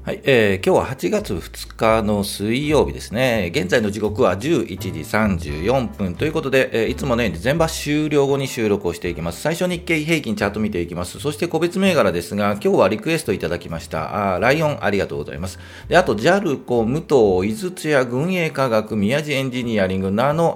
はい、今日は8月2日の水曜日ですね。現在の時刻は11時34分ということで、いつものように前場終了後に収録をしていきます。最初日経平均チャート見ていきます。そして個別銘柄ですが、今日はリクエストいただきました。ライオンありがとうございます。で、あと JALCO、武藤、井筒屋、軍営科学、宮地エンジニアリング、ナノ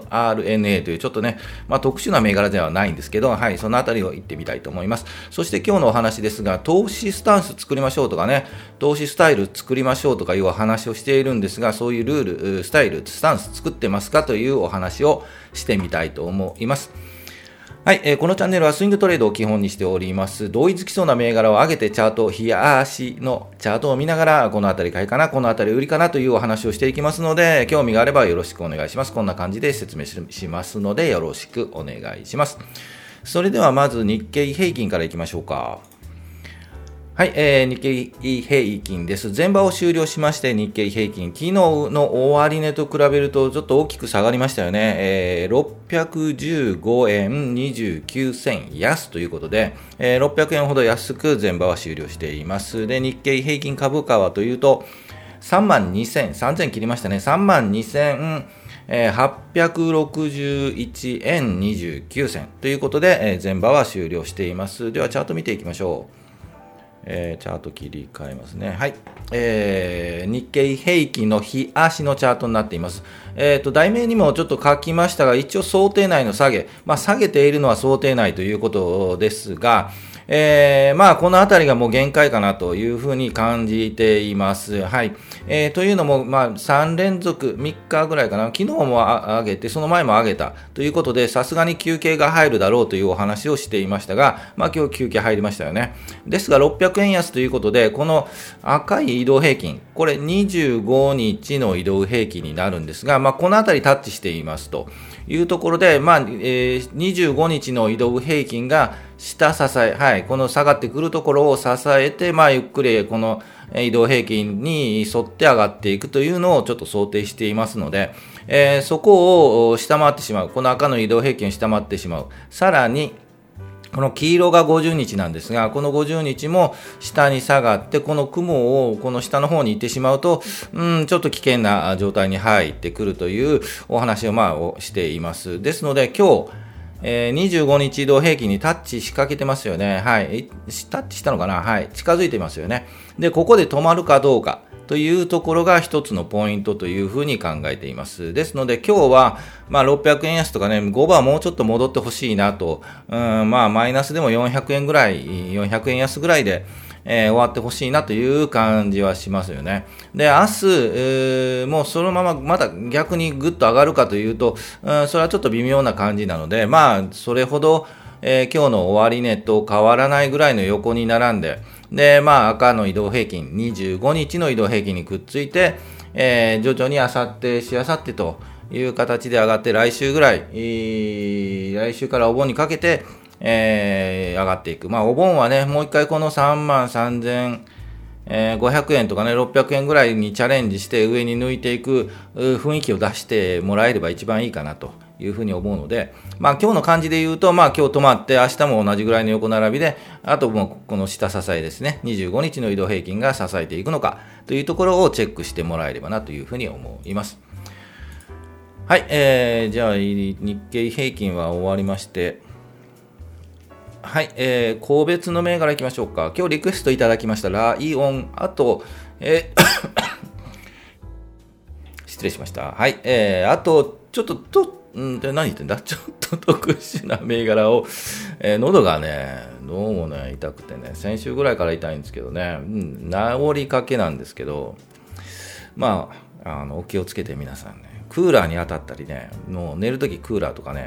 mRNA というちょっとね、特殊な銘柄ではないんですけど、はい、そのあたりを言ってみたいと思います。そして今日のお話ですが、投資スタンス作りましょうとかね、投資スタイル作りましょうとかいうお話をしているんですが、そういうルール、スタイル、スタンス作ってますかというお話をしてみたいと思います。はい、このチャンネルはスイングトレードを基本にしております。同意づきそうな銘柄を上げてチャート、日足のチャートを見ながら、このあたり買いかな、このあたり売りかなというお話をしていきますので、興味があればよろしくお願いします。こんな感じで説明しますので、よろしくお願いします。それではまず日経平均からいきましょうか。はい、日経平均です。前場を終了しまして、日経平均、昨日の終値と比べるとちょっと大きく下がりましたよね。615円29銭安ということで、600円ほど安く前場は終了しています。で、日経平均株価はというと、3000切りましたね。32,861円29銭ということで、前場は終了しています。では、チャート見ていきましょう。チャート切り替えますね。はい。日経平均の日足のチャートになっています。題名にもちょっと書きましたが、一応想定内の下げ。下げているのは想定内ということですが、このあたりがもう限界かなというふうに感じています。はい。というのも、3連続、3日ぐらいかな。昨日も上げて、その前も上げたということで、さすがに休憩が入るだろうというお話をしていましたが、今日休憩入りましたよね。ですが、600円安ということで、この赤い移動平均、これ25日の移動平均になるんですが、このあたりタッチしていますというところで、25日の移動平均が下支え、はい、この下がってくるところを支えて、ゆっくりこの移動平均に沿って上がっていくというのをちょっと想定していますので、そこを下回ってしまう、この赤の移動平均を下回ってしまう、さらにこの黄色が50日なんですが、この50日も下に下がって、この雲をこの下の方に行ってしまうと、ちょっと危険な状態に入ってくるというお話をしています。ですので今日、25日移動平均にタッチしかけてますよね。はい。タッチしたのかな。はい。近づいてますよね。で、ここで止まるかどうかというところが一つのポイントというふうに考えています。ですので今日は、600円安とかね、5番もうちょっと戻ってほしいなと、マイナスでも400円ぐらい、400円安ぐらいで、終わってほしいなという感じはしますよね。で、明日、もうそのまままた逆にぐっと上がるかというと、それはちょっと微妙な感じなので、それほど、今日の終値と変わらないぐらいの横に並んで、で、赤の移動平均、25日の移動平均にくっついて、徐々にあさって、しあさってという形で上がって、来週ぐらい、来週からお盆にかけて、上がっていく。お盆はね、もう一回この33,500円とかね、600円ぐらいにチャレンジして上に抜いていく雰囲気を出してもらえれば一番いいかなというふうに思うので、今日の感じで言うと、今日止まって明日も同じぐらいの横並びで、あともうこの下支えですね、25日の移動平均が支えていくのかというところをチェックしてもらえればなというふうに思います。はい、じゃあ日経平均は終わりまして、はい、個別の銘柄いきましょうか。今日リクエストいただきましたライオン、あと、失礼しました。はい、あと、ちょっと、何言ってんだちょっと特殊な銘柄を、喉がね、どうもね、痛くてね、先週ぐらいから痛いんですけどね、治りかけなんですけど、お気をつけて皆さんね、クーラーに当たったりね、もう寝るときクーラーとかね、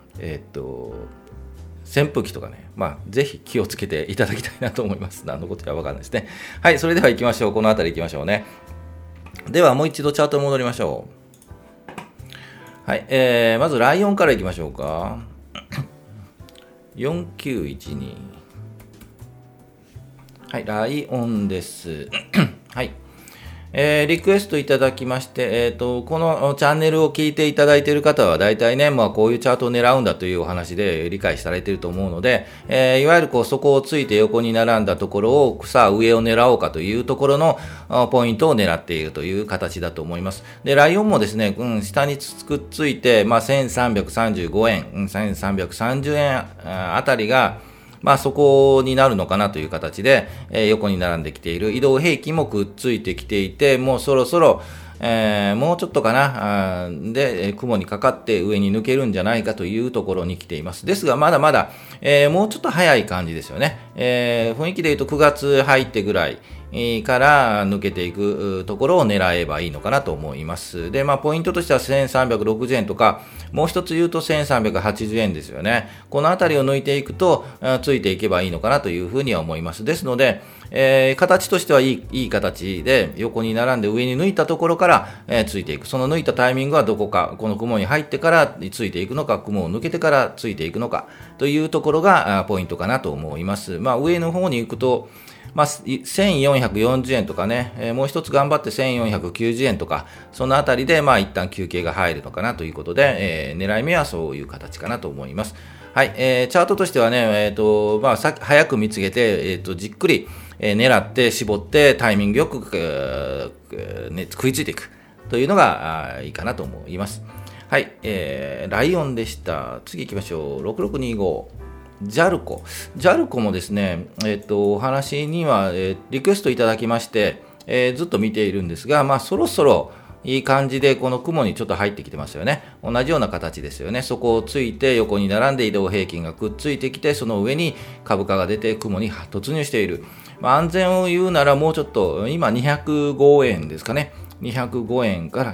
扇風機とかね、ぜひ気をつけていただきたいなと思います。何のことかわかんないですね。はい、それでは行きましょう。この辺り行きましょうね。ではもう一度チャートに戻りましょう。はい、まずライオンから行きましょうか。4912。はい、ライオンです。はい。 リクエストいただきまして、このチャンネルを聞いていただいている方は大体ね、こういうチャートを狙うんだというお話で理解されていると思うので、いわゆるそこをついて横に並んだところを、さあ上を狙おうかというところのポイントを狙っているという形だと思います。で、ライオンもですね、下にくっついて、1335円、1330円あたりが、そこになるのかなという形で、横に並んできている。移動平均もくっついてきていて、もうそろそろ、もうちょっとかな、で、雲にかかって上に抜けるんじゃないかというところに来ています。ですが、まだまだ、もうちょっと早い感じですよね。雰囲気で言うと9月入ってぐらいから抜けていくところを狙えばいいのかなと思います。で、ポイントとしては1360円とか、もう一つ言うと1380円ですよね。このあたりを抜いていくと、ついていけばいいのかなというふうには思います。ですので、形としてはいい形で横に並んで上に抜いたところから、ついていく。その抜いたタイミングはどこか、この雲に入ってからついていくのか、雲を抜けてからついていくのかというところがポイントかなと思います。上の方に行くと、1440円とかね、もう一つ頑張って1490円とか、そのあたりで、一旦休憩が入るのかなということで、狙い目はそういう形かなと思います。はい、チャートとしてはね、早く見つけて、じっくり、狙って絞ってタイミングよく、食いついていくというのがいいかなと思います。はい、ライオンでした。次行きましょう。6625。ジャルコもですね、お話には、リクエストいただきまして、ずっと見ているんですが、そろそろいい感じでこの雲にちょっと入ってきてますよね。同じような形ですよね。そこをついて横に並んで移動平均がくっついてきて、その上に株価が出て雲に突入している。安全を言うならもうちょっと、今205円ですかね。205円から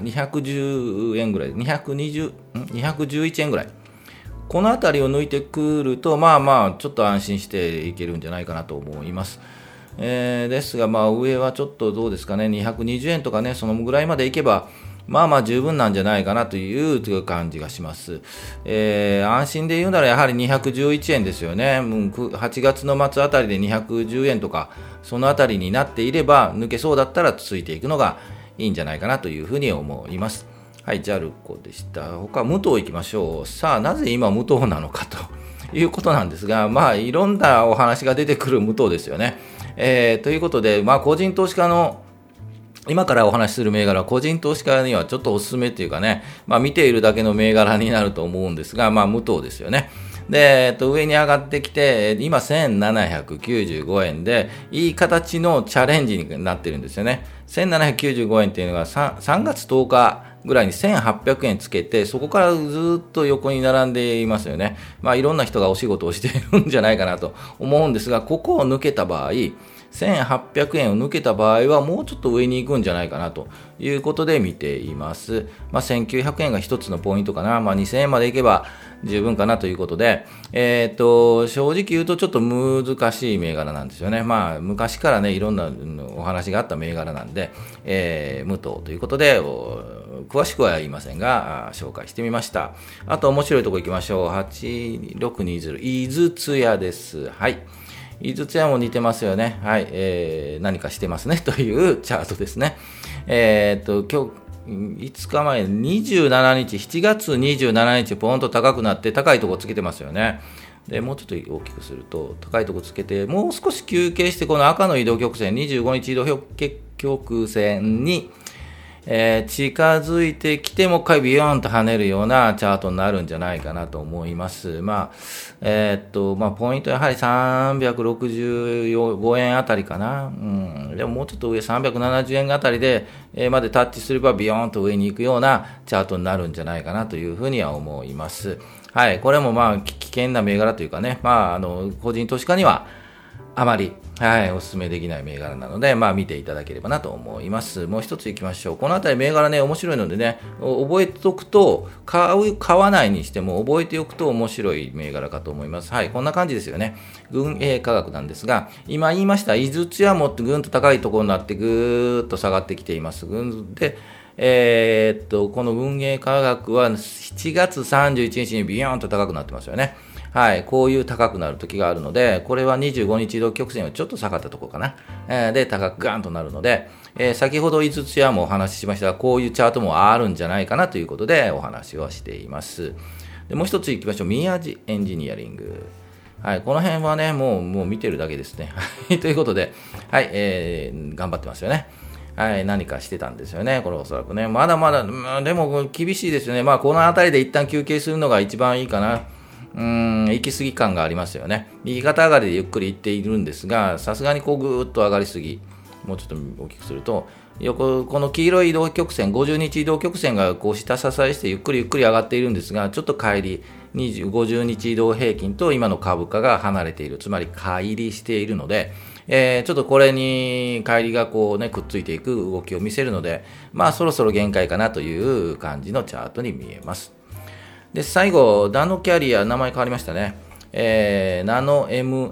210円ぐらい、211円ぐらい。このあたりを抜いてくると、ちょっと安心していけるんじゃないかなと思います。ですが、上はちょっとどうですかね、220円とかね、そのぐらいまでいけば、十分なんじゃないかなという感じがします。安心で言うならやはり211円ですよね。8月の末あたりで210円とか、そのあたりになっていれば、抜けそうだったらついていくのがいいんじゃないかなというふうに思います。はい、ジャルコでした。他、武藤行きましょう。さあ、なぜ今武藤なのかということなんですが、いろんなお話が出てくる武藤ですよね。ということで、個人投資家の今からお話しする銘柄は個人投資家にはちょっとおすすめというかね、見ているだけの銘柄になると思うんですが、武藤ですよね。で、上に上がってきて、今1795円で、いい形のチャレンジになってるんですよね。1795円っていうのが 3月10日ぐらいに1800円つけて、そこからずっと横に並んでいますよね。いろんな人がお仕事をしているんじゃないかなと思うんですが、ここを抜けた場合、1800円を抜けた場合はもうちょっと上に行くんじゃないかなということで見ています。1900円が一つのポイントかな。2000円までいけば十分かなということで、正直言うとちょっと難しい銘柄なんですよね。昔からね、いろんなお話があった銘柄なんで、無糖ということで、詳しくは言いませんが、紹介してみました。あと面白いところ行きましょう。8620、井筒ツヤです。はい。井筒屋も似てますよね。はい、何かしてますねというチャートですね。今日、5日前、27日、7月27日、ポンと高くなって、高いところつけてますよね。で、もうちょっと大きくすると、高いところつけて、もう少し休憩して、この赤の移動曲線、25日移動曲線に、近づいてきてもう一回ビヨーンと跳ねるようなチャートになるんじゃないかなと思います。ポイントやはり365円あたりかな。でももうちょっと上370円あたりで、までタッチすればビヨーンと上に行くようなチャートになるんじゃないかなというふうには思います。はい。これも危険な銘柄というかね、個人投資家にはあまり、お勧めできない銘柄なので、見ていただければなと思います。もう一ついきましょう。このあたり銘柄ね、面白いのでね、覚えておくと、買わないにしても覚えておくと面白い銘柄かと思います。はい、こんな感じですよね。軍営価格なんですが、今言いました、井筒屋もってぐんと高いところになってぐーっと下がってきています。で、この運営価格は7月31日にビヨーンと高くなってますよね。 はい、こういう高くなる時があるので、これは25日移動曲線をちょっと下がったところかな。で、高くガーンとなるので、先ほど井筒屋もお話ししましたが、こういうチャートもあるんじゃないかなということでお話をしています。でもう一ついきましょう。宮地エンジニアリング。はい、この辺はね、もう見てるだけですね。ということで、はい、頑張ってますよね。はい、何かしてたんですよね、これおそらくね。まだまだ、でも厳しいですよね。この辺りで一旦休憩するのが一番いいかな。行き過ぎ感がありますよね。右肩上がりでゆっくり行っているんですが、さすがにこうぐーっと上がりすぎ、もうちょっと大きくすると、この黄色い移動曲線、50日移動曲線がこう下支えしてゆっくりゆっくり上がっているんですが、ちょっと乖離、50日移動平均と今の株価が離れている、つまり乖離しているので、ちょっとこれに乖離がこうね、くっついていく動きを見せるので、そろそろ限界かなという感じのチャートに見えます。で、最後、ナノキャリア、名前変わりましたね。ナノ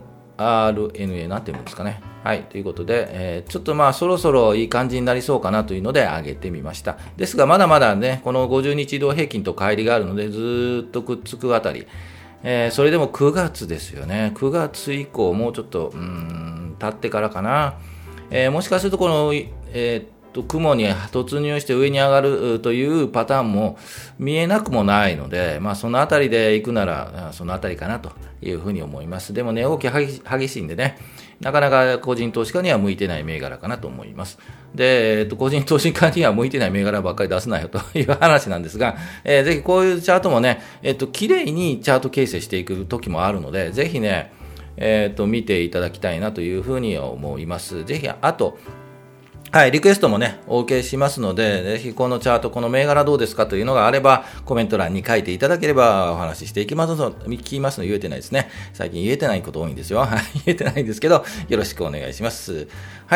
mRNA、なんていうんですかね。はい、ということで、ちょっとそろそろいい感じになりそうかなというので上げてみました。ですが、まだまだね、この50日移動平均と乖離があるので、ずっとくっつくあたり、それでも9月ですよね。9月以降、もうちょっと、経ってからかな。もしかすると、この、雲に突入して上に上がるというパターンも見えなくもないので、そのあたりで行くなら、そのあたりかなというふうに思います。でも値動き激しいんでね、なかなか個人投資家には向いてない銘柄かなと思います。で、個人投資家には向いてない銘柄ばっかり出すなよという話なんですが、ぜひこういうチャートもね、綺麗にチャート形成していく時もあるので、ぜひね、見ていただきたいなというふうに思います。ぜひ、あと、はい、リクエストもね、お受けしますので、ぜひこのチャート、この銘柄どうですかというのがあれば、コメント欄に書いていただければお話ししていきますの、言えてないですね。最近言えてないこと多いんですよ。言えてないんですけど、よろしくお願いします。はい、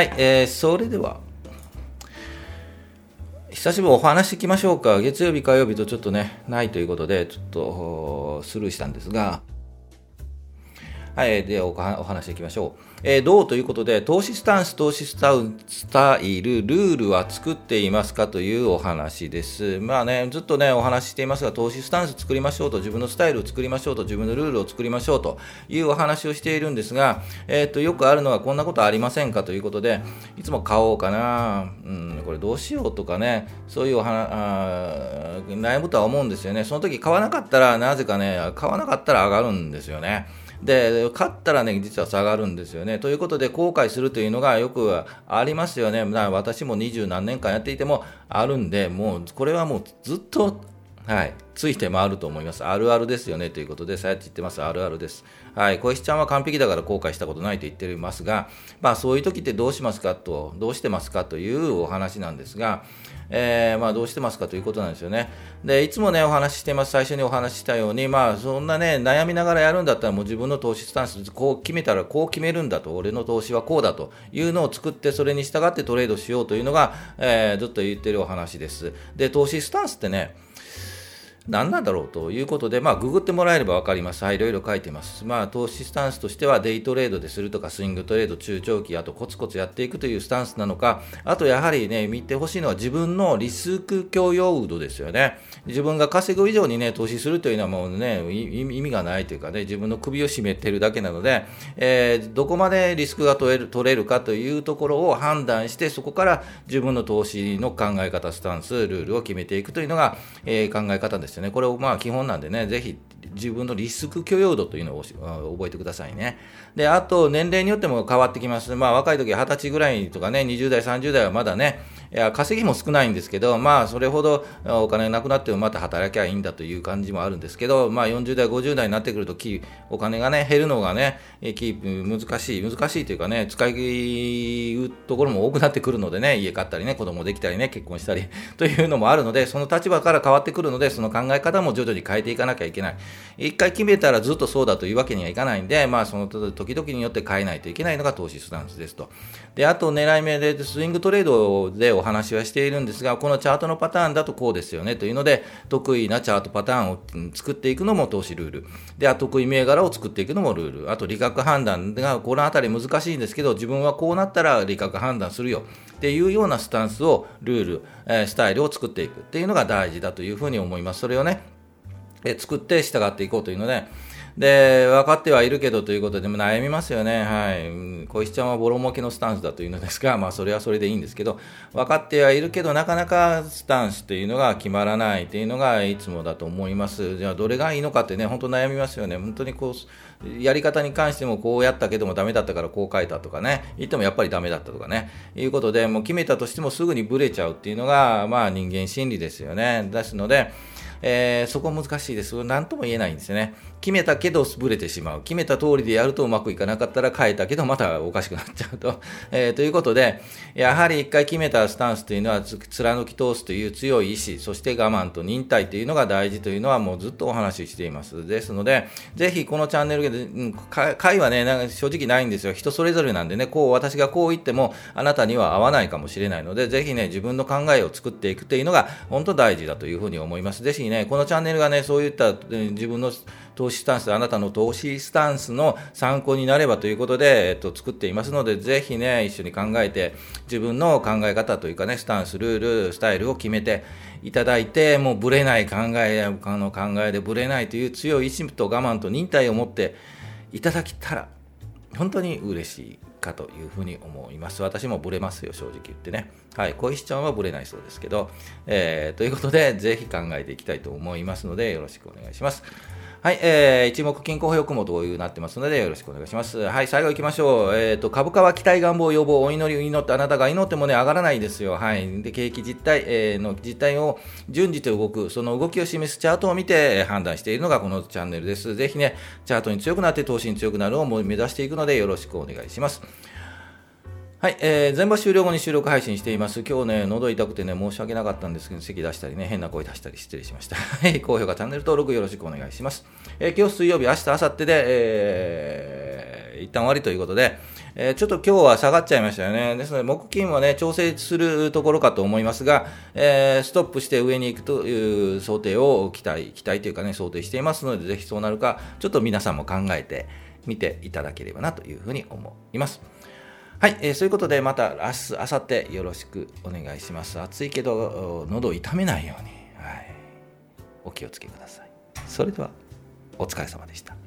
それでは、久しぶりにお話しいきましょうか。月曜日、火曜日とちょっとね、ないということで、ちょっとスルーしたんですが、はい、ではお話しいきましょう。どうということで、投資スタンス、投資スタイル、ルールは作っていますかというお話です。ずっとね、お話ししていますが、投資スタンス作りましょうと、自分のスタイルを作りましょうと、自分のルールを作りましょうというお話をしているんですが、よくあるのはこんなことありませんかということで、いつも買おうかな、これどうしようとかね、そういう悩むとは思うんですよね。その時買わなかったら、なぜかね、買わなかったら上がるんですよね。で、勝ったらね、実は下がるんですよね。ということで、後悔するというのがよくありますよね。私も20何年間やっていてもあるんで、もう、これはもうずっと、はい、ついて回ると思います。あるあるですよね。ということで、そうやって言ってます。あるあるです。はい、小石ちゃんは完璧だから後悔したことないと言っていますが、そういう時ってどうしてますかというお話なんですが、どうしてますかということなんですよね。で、いつもね、お話ししてます。最初にお話ししたように、そんなね、悩みながらやるんだったら、もう自分の投資スタンス、こう決めたらこう決めるんだと、俺の投資はこうだというのを作って、それに従ってトレードしようというのが、ずっと言ってるお話です。で、投資スタンスってね、何なんだろうということで、ググってもらえれば分かります。はい、いろいろ書いてます。投資スタンスとしては、デイトレードでするとか、スイングトレード、中長期、あとコツコツやっていくというスタンスなのか、あとやはりね、見てほしいのは自分のリスク許容度ですよね。自分が稼ぐ以上にね、投資するというのはもうね、意味がないというかね、自分の首を絞めてるだけなので、どこまでリスクが取れるかというところを判断して、そこから自分の投資の考え方、スタンス、ルールを決めていくというのが、考え方です。これを基本なんでね、ぜひ自分のリスク許容度というのを覚えてくださいね。で、あと年齢によっても変わってきます。若い時は20歳ぐらいとかね、20代、30代はまだね、稼ぎも少ないんですけど、それほどお金がなくなってもまた働きゃいいんだという感じもあるんですけど、40代、50代になってくるとお金がね、減るのがね、キープ難しいというかね、使いうところも多くなってくるのでね、家買ったりね、子供できたりね、結婚したりというのもあるので、その立場から変わってくるので、その考え方も徐々に変えていかなきゃいけない。一回決めたらずっとそうだというわけにはいかないんで、その時々によって変えないといけないのが投資スタンスですと。で、あと狙い目でスイングトレードでお話はしているんですが、このチャートのパターンだとこうですよねというので、得意なチャートパターンを作っていくのも投資ルール。で、得意銘柄を作っていくのもルール。あと利確判断がこのあたり難しいんですけど、自分はこうなったら利確判断するよっていうようなスタンスをルール、スタイルを作っていくっていうのが大事だというふうに思います。それをね、作って従っていこうというので、 で、分かってはいるけどということでも悩みますよね。はい。小石ちゃんはボロ儲けのスタンスだというのですが、まあそれはそれでいいんですけど、分かってはいるけど、なかなかスタンスというのが決まらないというのがいつもだと思います。じゃあどれがいいのかってね、本当悩みますよね。本当にこう、やり方に関してもこうやったけどもダメだったからこう書いたとかね、言ってもやっぱりダメだったとかね、いうことで、もう決めたとしてもすぐにブレちゃうっていうのが、まあ人間心理ですよね。ですので、そこは難しいです。何とも言えないんですよね。決めたけどブレてしまう。決めた通りでやるとうまくいかなかったら変えたけどまたおかしくなっちゃうと。ということで、やはり一回決めたスタンスというのは貫き通すという強い意志、そして我慢と忍耐というのが大事というのはもうずっとお話ししています。ですので、ぜひこのチャンネルで、回はね、なんか正直ないんですよ。人それぞれなんでね、私がこう言ってもあなたには合わないかもしれないので、ぜひね、自分の考えを作っていくというのが本当大事だというふうに思います。ぜひね、このチャンネルがね、そういった自分の投資スタンス、あなたの投資スタンスの参考になればということで、作っていますので、ぜひね、一緒に考えて、自分の考え方というかね、スタンス、ルール、スタイルを決めていただいて、もうブレない考えでブレないという強い意志と我慢と忍耐を持っていただけたら、本当に嬉しいかというふうに思います。私もブレますよ、正直言ってね。はい、小石ちゃんはブレないそうですけど、ということで、ぜひ考えていきたいと思いますので、よろしくお願いします。はい、一目均衡表もというなってますので、よろしくお願いします。はい、最後行きましょう。株価は期待、願望、要望、お祈り、祈って、あなたが祈ってもね、上がらないですよ。はい。で、景気実態、の実態を順次と動く、その動きを示すチャートを見て判断しているのがこのチャンネルです。ぜひね、チャートに強くなって、投資に強くなるを目指していくので、よろしくお願いします。はい、全場終了後に収録配信しています。今日ね、喉痛くてね、申し訳なかったんですけど、咳出したりね、変な声出したり失礼しました。はい、高評価、チャンネル登録よろしくお願いします。今日水曜日、明日、明後日で、一旦終わりということで、ちょっと今日は下がっちゃいましたよね。ですので、木金はね、調整するところかと思いますが、ストップして上に行くという想定を期待というかね、想定していますので、ぜひそうなるか、ちょっと皆さんも考えてみていただければなというふうに思います。はい、そういうことでまた明日、明後日よろしくお願いします。暑いけど喉を痛めないように、はい、お気をつけください。それではお疲れ様でした。